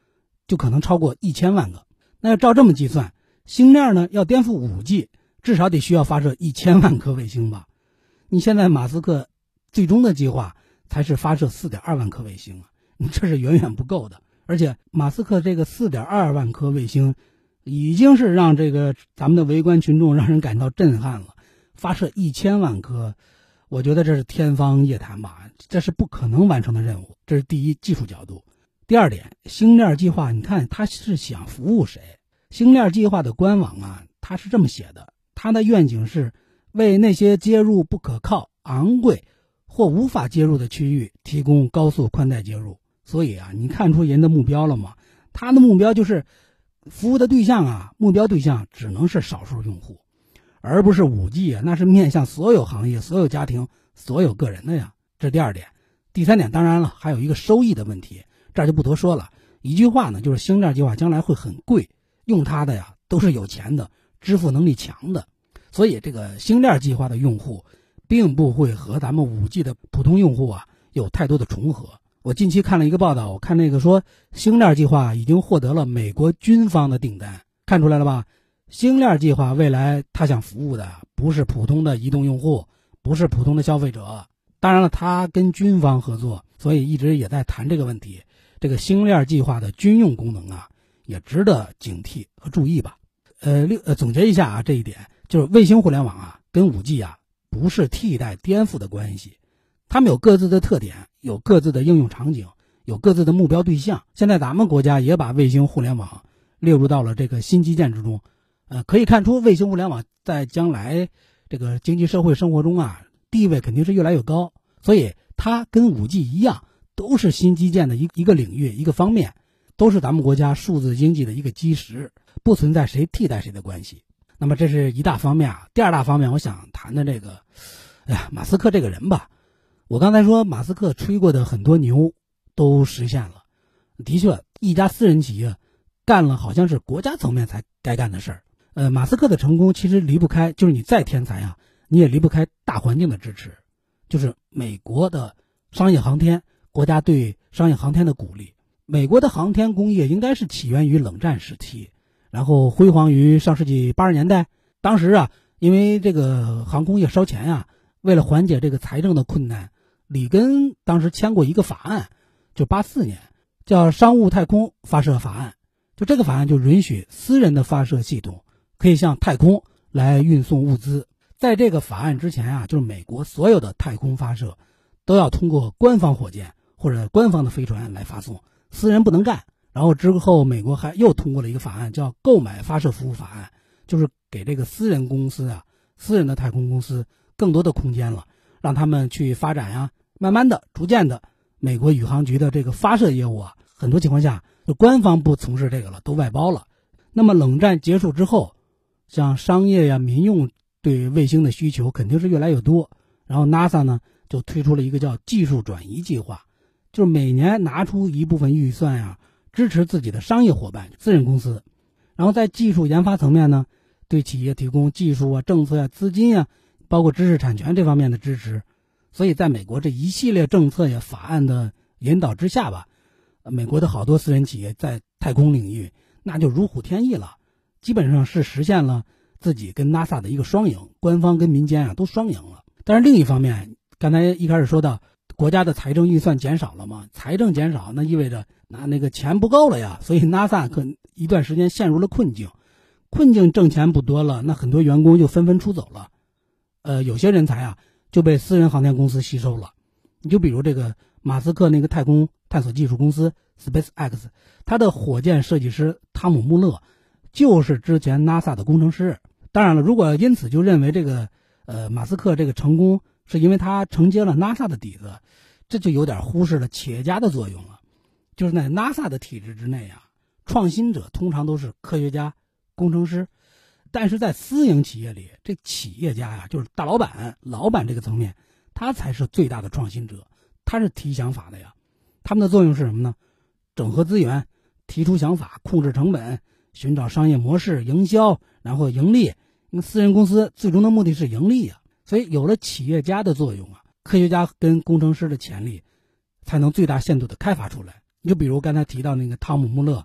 Speaker 4: 就可能超过一千万个。那要照这么计算，星链呢要颠覆 五 G， 至少得需要发射一千万颗卫星吧？你现在马斯克最终的计划才是发射 四点二万颗卫星啊，这是远远不够的。而且马斯克这个 四点二万颗卫星已经是让这个咱们的围观群众让人感到震撼了，发射一千万颗，我觉得这是天方夜谭吧，这是不可能完成的任务。这是第一，技术角度。第二点，星链计划，你看他是想服务谁？星链计划的官网啊，他是这么写的，他的愿景是为那些接入不可靠、昂贵或无法接入的区域提供高速宽带接入。所以啊，你看出人的目标了吗？他的目标就是服务的对象啊，目标对象只能是少数用户，而不是 五 G 啊，那是面向所有行业、所有家庭、所有个人的呀。这是第二点。第三点，当然了，还有一个收益的问题，这儿就不多说了。一句话呢，就是星链计划将来会很贵，用它的呀都是有钱的、支付能力强的。所以这个星链计划的用户并不会和咱们 五 G 的普通用户啊有太多的重合。我近期看了一个报道，我看那个说星链计划已经获得了美国军方的订单，看出来了吧？星链计划未来他想服务的不是普通的移动用户，不是普通的消费者。当然了，他跟军方合作，所以一直也在谈这个问题。这个星链计划的军用功能啊，也值得警惕和注意吧。呃，六呃，总结一下啊，这一点就是卫星互联网啊跟 五 G 啊不是替代颠覆的关系，它们有各自的特点，有各自的应用场景，有各自的目标对象。现在咱们国家也把卫星互联网列入到了这个新基建之中，呃，可以看出卫星互联网在将来这个经济社会生活中啊地位肯定是越来越高，所以它跟 五 G 一样，都是新基建的一一个领域一个方面，都是咱们国家数字经济的一个基石，不存在谁替代谁的关系。那么这是一大方面啊。第二大方面，我想谈的这个，哎呀，马斯克这个人吧，我刚才说马斯克吹过的很多牛都实现了，的确，一家私人企业干了好像是国家层面才该干的事儿。呃，马斯克的成功其实离不开，就是你再天才啊，你也离不开大环境的支持，就是美国的商业航天，国家对商业航天的鼓励。美国的航天工业应该是起源于冷战时期，然后辉煌于上世纪八十年代。当时啊，因为这个航空业烧钱啊，为了缓解这个财政的困难，里根当时签过一个法案，就八四年叫商务太空发射法案。就这个法案就允许私人的发射系统可以向太空来运送物资。在这个法案之前啊，就是美国所有的太空发射都要通过官方火箭或者官方的飞船来发送，私人不能干。然后之后美国还又通过了一个法案，叫购买发射服务法案，就是给这个私人公司啊、私人的太空公司更多的空间了，让他们去发展呀、啊。慢慢的、逐渐的，美国宇航局的这个发射业务啊，很多情况下就官方不从事这个了，都外包了。那么冷战结束之后，像商业呀、民用对卫星的需求肯定是越来越多。然后 NASA 呢就推出了一个叫技术转移计划，就是每年拿出一部分预算呀、啊，支持自己的商业伙伴、私人公司。然后在技术研发层面呢，对企业提供技术啊、政策啊、资金啊，包括知识产权这方面的支持。所以在美国这一系列政策呀、法案的引导之下吧，美国的好多私人企业在太空领域那就如虎添翼了，基本上是实现了自己跟 NASA 的一个双赢，官方跟民间啊都双赢了。但是另一方面，刚才一开始说到国家的财政预算减少了嘛，财政减少那意味着那那个钱不够了呀，所以 NASA 可一段时间陷入了困境，困境挣钱不多了，那很多员工就纷纷出走了，呃，有些人才啊就被私人航天公司吸收了。你就比如这个马斯克那个太空探索技术公司 SpaceX， 他的火箭设计师汤姆·穆勒就是之前 NASA 的工程师。当然了，如果因此就认为这个呃马斯克这个成功是因为他承接了 NASA 的底子，这就有点忽视了企业家的作用了。就是在 NASA 的体制之内啊，创新者通常都是科学家、工程师，但是在私营企业里，这企业家呀，就是大老板、老板这个层面，他才是最大的创新者，他是提想法的呀。他们的作用是什么呢？整合资源，提出想法，控制成本，寻找商业模式，营销，然后盈利。那私人公司最终的目的是盈利啊，所以有了企业家的作用啊，科学家跟工程师的潜力才能最大限度的开发出来。你就比如刚才提到那个汤姆·穆勒，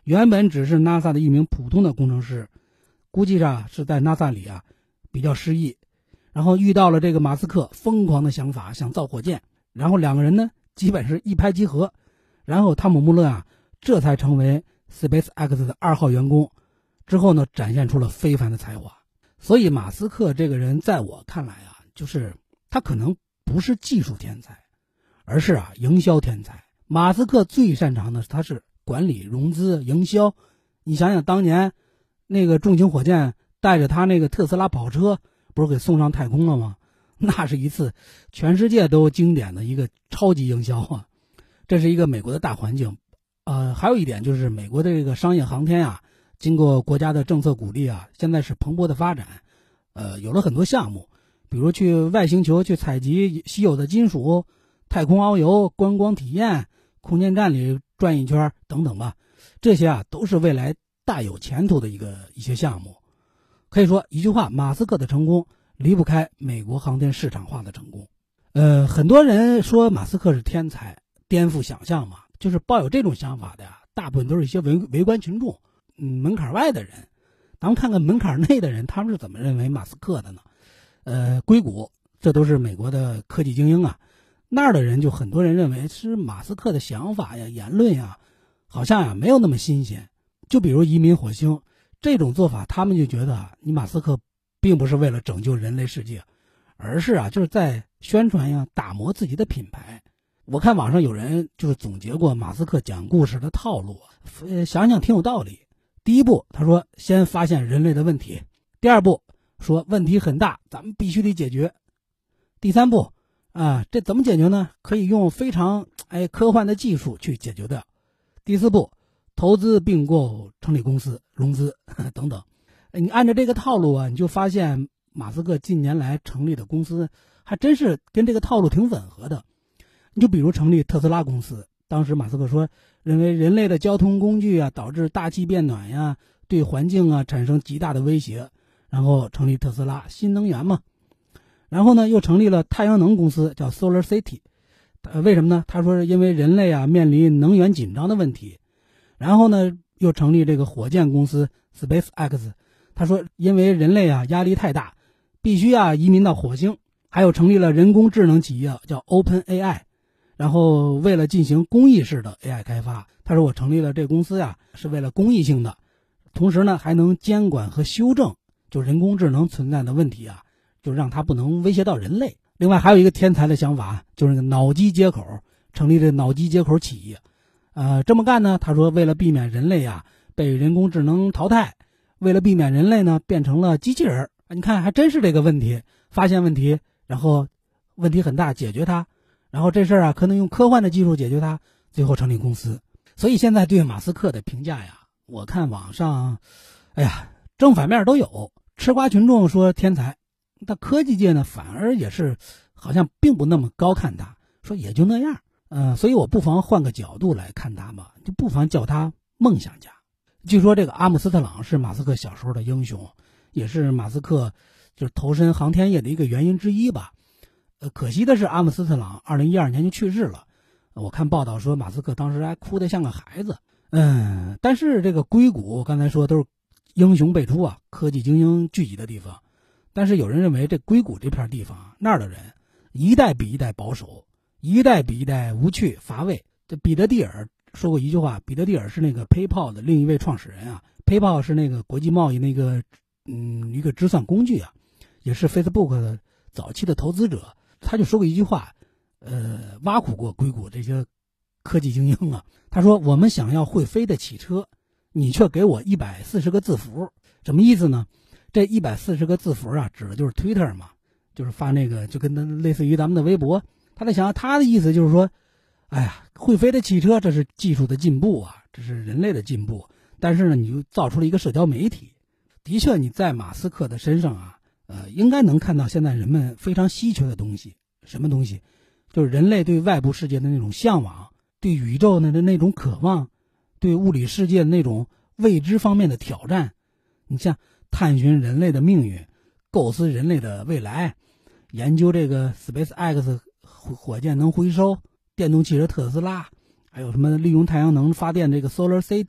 Speaker 4: 原本只是 NASA 的一名普通的工程师，估计啊是在 NASA 里啊比较失意，然后遇到了这个马斯克疯狂的想法，想造火箭，然后两个人呢基本是一拍即合，然后汤姆·穆勒啊这才成为 SpaceX 的二号员工，之后呢展现出了非凡的才华。所以马斯克这个人在我看来啊，就是他可能不是技术天才，而是啊营销天才。马斯克最擅长的他是管理、融资、营销。你想想当年那个重型火箭带着他那个特斯拉跑车不是给送上太空了吗？那是一次全世界都经典的一个超级营销啊。这是一个美国的大环境。呃，还有一点就是美国的这个商业航天啊，经过国家的政策鼓励啊，现在是蓬勃的发展。呃，有了很多项目，比如去外星球去采集稀有的金属，太空遨游、观光体验、空间站里转一圈等等吧。这些啊都是未来大有前途的一个一些项目。可以说一句话，马斯克的成功离不开美国航天市场化的成功。呃，很多人说马斯克是天才，颠覆想象嘛，就是抱有这种想法的呀，大部分都是一些围围观群众，嗯，门槛外的人。咱们看看门槛内的人，他们是怎么认为马斯克的呢？呃，硅谷，这都是美国的科技精英啊，那儿的人就很多人认为是马斯克的想法呀、言论呀，好像呀没有那么新鲜。就比如移民火星这种做法，他们就觉得啊，你马斯克并不是为了拯救人类世界，而是啊就是在宣传呀、打磨自己的品牌。我看网上有人就是总结过马斯克讲故事的套路，呃，想想挺有道理。第一步，他说先发现人类的问题；第二步，说问题很大，咱们必须得解决；第三步，啊，这怎么解决呢？可以用非常哎科幻的技术去解决的。第四步，投资并购、成立公司、融资呵呵等等。你按照这个套路啊，你就发现马斯克近年来成立的公司还真是跟这个套路挺吻合的。你就比如成立特斯拉公司，当时马斯克说，认为人类的交通工具啊导致大气变暖呀，对环境啊产生极大的威胁，然后成立特斯拉，新能源嘛。然后呢，又成立了太阳能公司，叫 Solar City。呃，为什么呢？他说是因为人类啊面临能源紧张的问题。然后呢，又成立这个火箭公司 SpaceX。他说因为人类啊压力太大，必须啊移民到火星。还有成立了人工智能企业叫 OpenAI。然后为了进行公益式的 A I 开发，他说我成立了这个公司呀，是为了公益性的，同时呢还能监管和修正就人工智能存在的问题啊，就让它不能威胁到人类。另外还有一个天才的想法，就是那个脑机接口，成立这脑机接口企业。呃，这么干呢，他说为了避免人类啊被人工智能淘汰，为了避免人类呢变成了机器人，你看还真是这个问题，发现问题，然后问题很大，解决它。然后这事儿啊，可能用科幻的技术解决它，最后成立公司。所以现在对马斯克的评价呀，我看网上，哎呀，正反面都有。吃瓜群众说天才，但科技界呢，反而也是好像并不那么高看他，说也就那样。嗯、呃，所以我不妨换个角度来看他吧，就不妨叫他梦想家。据说这个阿姆斯特朗是马斯克小时候的英雄，也是马斯克就是投身航天业的一个原因之一吧。呃，可惜的是，阿姆斯特朗二零一二年就去世了。我看报道说，马斯克当时还哭得像个孩子。嗯，但是这个硅谷，刚才说都是英雄辈出啊，科技精英聚集的地方。但是有人认为，这硅谷这片地方那儿的人一代比一代保守，一代比一代无趣乏味。这彼得蒂尔说过一句话，彼得蒂尔是那个 PayPal 的另一位创始人啊。PayPal 是那个国际贸易那个嗯一个支算工具啊，也是 Facebook 的早期的投资者。他就说过一句话，呃，挖苦过硅谷这些科技精英啊。他说：“我们想要会飞的汽车，你却给我一百四十个字符，什么意思呢？这一百四十个字符啊，指的就是 Twitter 嘛，就是发那个，就跟那类似于咱们的微博。他在想，他的意思就是说，哎呀，会飞的汽车，这是技术的进步啊，这是人类的进步。但是呢，你就造出了一个社交媒体。的确，你在马斯克的身上啊。”呃，应该能看到现在人们非常稀缺的东西，什么东西？就是人类对外部世界的那种向往，对宇宙的那种渴望，对物理世界的那种未知方面的挑战。你像探寻人类的命运，构思人类的未来，研究这个 SpaceX 火箭能回收，电动汽车特斯拉，还有什么利用太阳能发电这个 Solar City，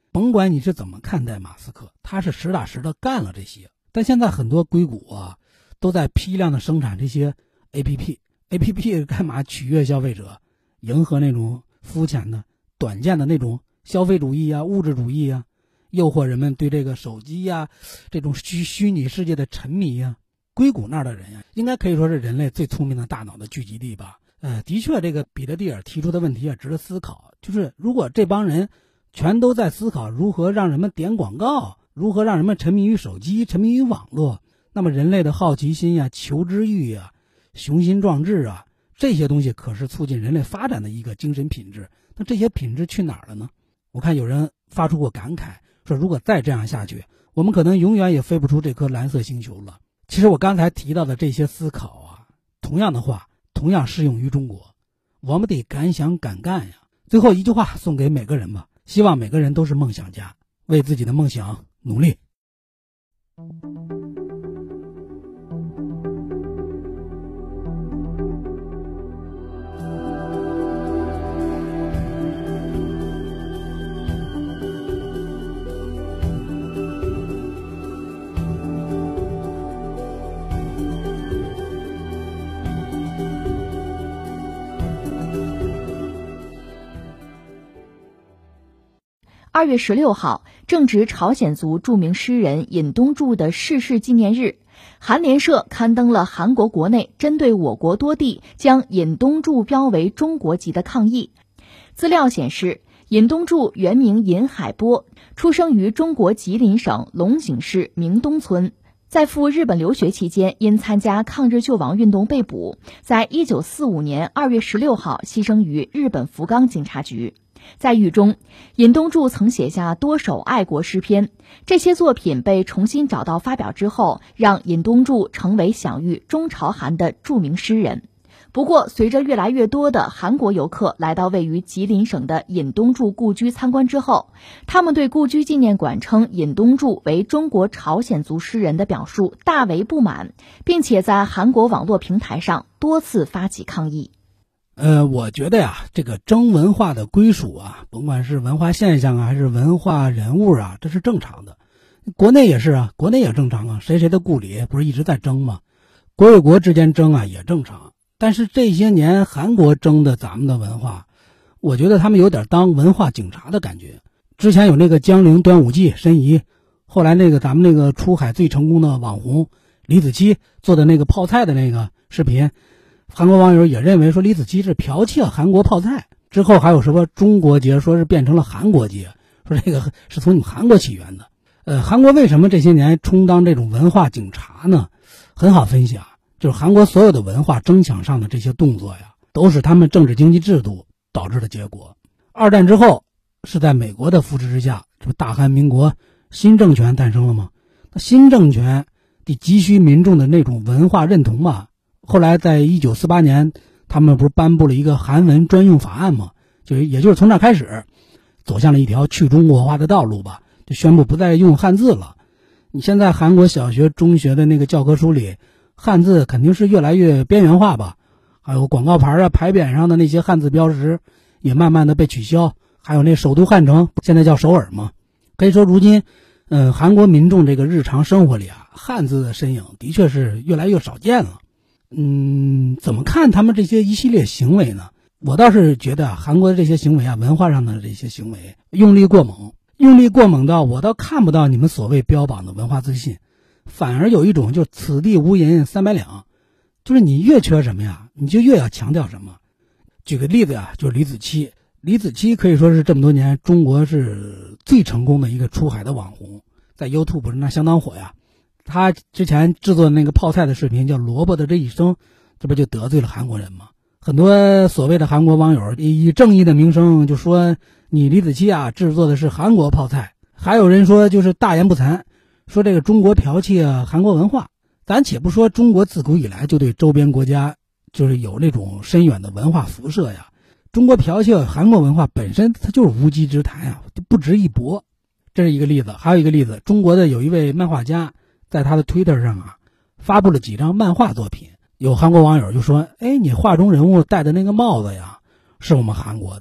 Speaker 4: 甭管你是怎么看待马斯克，他是实打实的干了这些。但现在很多硅谷啊，都在批量的生产这些 A P P。A P P 干嘛？取悦消费者，迎合那种肤浅的、短见的那种消费主义啊、物质主义啊，诱惑人们对这个手机呀、啊、这种虚虚拟世界的沉迷呀、啊。硅谷那儿的人呀、啊，应该可以说是人类最聪明的大脑的聚集地吧。呃，的确，这个彼得蒂尔提出的问题也值得思考。就是如果这帮人全都在思考如何让人们点广告，如何让人们沉迷于手机、沉迷于网络，那么人类的好奇心呀、求知欲呀、雄心壮志啊，这些东西可是促进人类发展的一个精神品质。那这些品质去哪儿了呢？我看有人发出过感慨，说如果再这样下去，我们可能永远也飞不出这颗蓝色星球了。其实我刚才提到的这些思考啊，同样的话同样适用于中国，我们得敢想敢干呀。最后一句话送给每个人吧，希望每个人都是梦想家，为自己的梦想努力。
Speaker 3: 二月十六号，正值朝鲜族著名诗人尹东柱的逝世纪念日，韩联社刊登了韩国国内针对我国多地将尹东柱标为中国籍的抗议。资料显示，尹东柱原名尹海波，出生于中国吉林省龙井市明东村。在赴日本留学期间，因参加抗日救亡运动被捕，在一九四五年二月十六号牺牲于日本福冈警察局。在狱中，尹东柱曾写下多首爱国诗篇，这些作品被重新找到发表之后，让尹东柱成为享誉中朝韩的著名诗人。不过，随着越来越多的韩国游客来到位于吉林省的尹东柱故居参观之后，他们对故居纪念馆称尹东柱为中国朝鲜族诗人的表述大为不满，并且在韩国网络平台上多次发起抗议。
Speaker 4: 呃，我觉得呀，这个争文化的归属啊，甭管是文化现象啊，还是文化人物啊，这是正常的。国内也是啊，国内也正常啊，谁谁的故里不是一直在争吗？国与国之间争啊也正常。但是这些年韩国争的咱们的文化，我觉得他们有点当文化警察的感觉。之前有那个江陵端午祭申遗，后来那个咱们那个出海最成功的网红李子柒做的那个泡菜的那个视频，韩国网友也认为说李子柒是剽窃韩国泡菜。之后还有什么中国节说是变成了韩国节，说这个是从你们韩国起源的。呃，韩国为什么这些年充当这种文化警察呢？很好分析啊，就是韩国所有的文化争抢上的这些动作呀，都是他们政治经济制度导致的结果。二战之后是在美国的扶持之下，这不大韩民国新政权诞生了吗？那新政权得急需民众的那种文化认同嘛。后来在一九四八年，他们不是颁布了一个韩文专用法案吗？就是也就是从那开始走向了一条去中国化的道路吧，就宣布不再用汉字了。你现在韩国小学中学的那个教科书里，汉字肯定是越来越边缘化吧，还有广告牌啊、牌匾上的那些汉字标识也慢慢的被取消，还有那首都汉城现在叫首尔嘛。可以说如今呃，韩国民众这个日常生活里啊，汉字的身影的确是越来越少见了。嗯，怎么看他们这些一系列行为呢？我倒是觉得韩国的这些行为啊，文化上的这些行为用力过猛，用力过猛到我倒看不到你们所谓标榜的文化自信，反而有一种就此地无银三百两，就是你越缺什么呀，你就越要强调什么。举个例子呀，就是李子柒，李子柒可以说是这么多年中国是最成功的一个出海的网红，在 YouTube 那相当火呀。他之前制作的那个泡菜的视频叫萝卜的这一生，这不就得罪了韩国人吗？很多所谓的韩国网友以正义的名声就说你李子柒啊制作的是韩国泡菜，还有人说就是大言不惭，说这个中国剽窃韩国文化。咱且不说中国自古以来就对周边国家就是有那种深远的文化辐射呀，中国剽窃韩国文化本身它就是无稽之谈啊，就不值一驳。这是一个例子。还有一个例子，中国的有一位漫画家在他的 Twitter 上啊发布了几张漫画作品，有韩国网友就说，哎，你画中人物戴的那个帽子呀是我们韩国的。其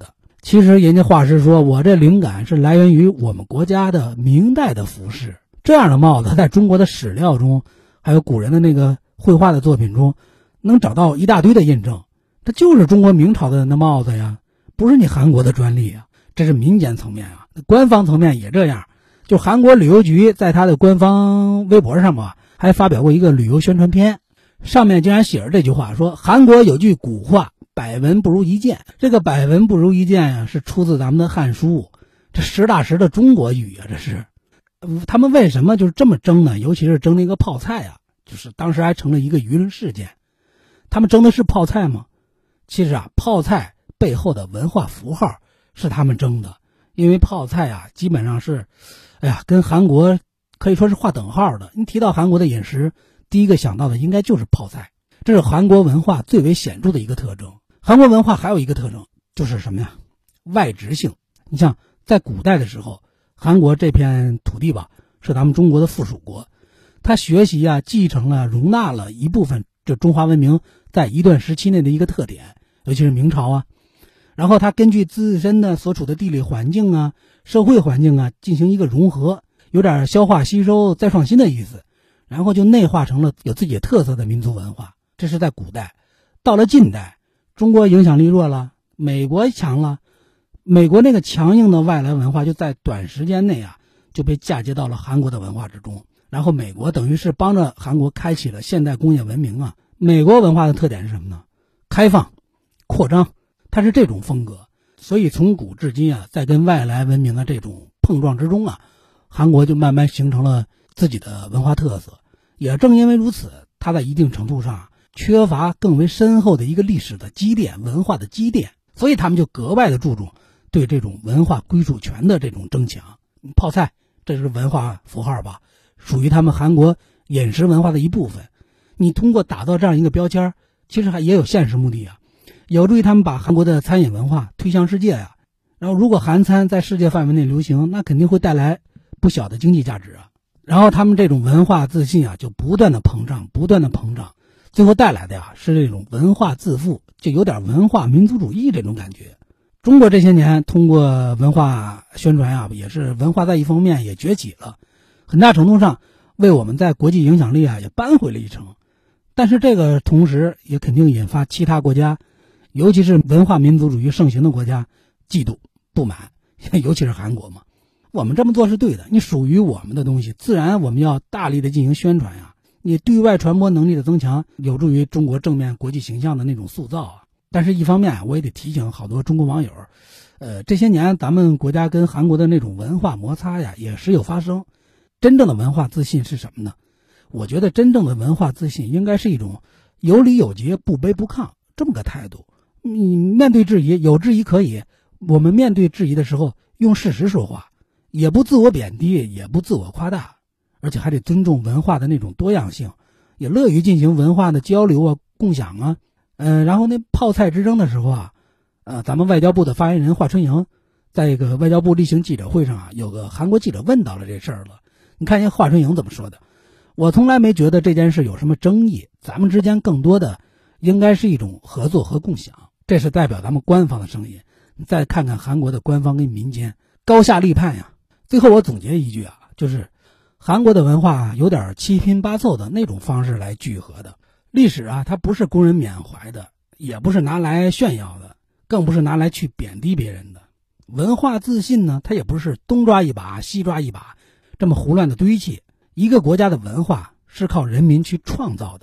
Speaker 4: 其实人家画师说，我这灵感是来源于我们国家的明代的服饰。这样的帽子在中国的史料中，还有古人的那个绘画的作品中，能找到一大堆的印证。这就是中国明朝的那帽子呀，不是你韩国的专利啊。这是民间层面啊，官方层面也这样。就韩国旅游局在他的官方微博上嘛，还发表过一个旅游宣传片，上面竟然写着这句话，说韩国有句古话，百闻不如一见。这个百闻不如一见呀、啊，是出自咱们的汉书，这实打实的中国语啊，这是。他们为什么就是这么争呢？尤其是争那个泡菜啊，就是当时还成了一个舆论事件。他们争的是泡菜吗？其实啊，泡菜背后的文化符号是他们争的，因为泡菜啊，基本上是，哎呀，跟韩国可以说是划等号的。你提到韩国的饮食，第一个想到的应该就是泡菜，这是韩国文化最为显著的一个特征。韩国文化还有一个特征就是什么呀？外植性。你像在古代的时候，韩国这片土地吧，是咱们中国的附属国，它学习啊，继承了、容纳了一部分这中华文明在一段时期内的一个特点，尤其是明朝啊。然后它根据自身的所处的地理环境啊、社会环境啊，进行一个融合，有点消化吸收再创新的意思，然后就内化成了有自己特色的民族文化。这是在古代。到了近代，中国影响力弱了，美国强了。美国那个强硬的外来文化就在短时间内啊就被嫁接到了韩国的文化之中，然后美国等于是帮着韩国开启了现代工业文明啊。美国文化的特点是什么呢？开放、扩张，它是这种风格。所以从古至今啊，在跟外来文明的这种碰撞之中啊，韩国就慢慢形成了自己的文化特色。也正因为如此，它在一定程度上缺乏更为深厚的一个历史的积淀、文化的积淀，所以他们就格外的注重对这种文化归属权的这种争抢。泡菜这是文化符号吧，属于他们韩国饮食文化的一部分。你通过打造这样一个标签，其实还也有现实目的啊，有助于他们把韩国的餐饮文化推向世界啊。然后如果韩餐在世界范围内流行，那肯定会带来不小的经济价值啊。然后他们这种文化自信啊，就不断的膨胀，不断的膨胀，最后带来的呀是这种文化自负，就有点文化民族主义这种感觉。中国这些年通过文化宣传啊，也是文化在一方面也崛起了，很大程度上为我们在国际影响力啊也扳回了一城。但是这个同时也肯定引发其他国家，尤其是文化民族主义盛行的国家嫉妒不满，尤其是韩国嘛。我们这么做是对的，你属于我们的东西，自然我们要大力的进行宣传呀。你对外传播能力的增强，有助于中国正面国际形象的那种塑造啊。但是一方面我也得提醒好多中国网友，呃，这些年咱们国家跟韩国的那种文化摩擦呀也时有发生。真正的文化自信是什么呢？我觉得真正的文化自信应该是一种有礼有节、不卑不亢这么个态度。你面对质疑，有质疑可以，我们面对质疑的时候用事实说话，也不自我贬低，也不自我夸大，而且还得尊重文化的那种多样性，也乐于进行文化的交流啊、共享啊。呃，然后那泡菜之争的时候啊，呃，咱们外交部的发言人华春莹在一个外交部例行记者会上啊，有个韩国记者问到了这事儿了。你看人华春莹怎么说的？我从来没觉得这件事有什么争议，咱们之间更多的应该是一种合作和共享，这是代表咱们官方的声音。你再看看韩国的官方跟民间，高下立判呀。最后我总结一句啊，就是韩国的文化有点七拼八凑的那种方式来聚合的。历史啊，它不是供人缅怀的，也不是拿来炫耀的，更不是拿来去贬低别人的。文化自信呢，它也不是东抓一把西抓一把这么胡乱的堆砌。一个国家的文化是靠人民去创造的。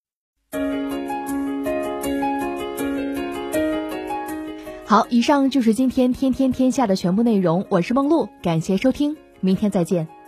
Speaker 3: 好，以上就是今天天天天下的全部内容，我是梦露，感谢收听，明天再见。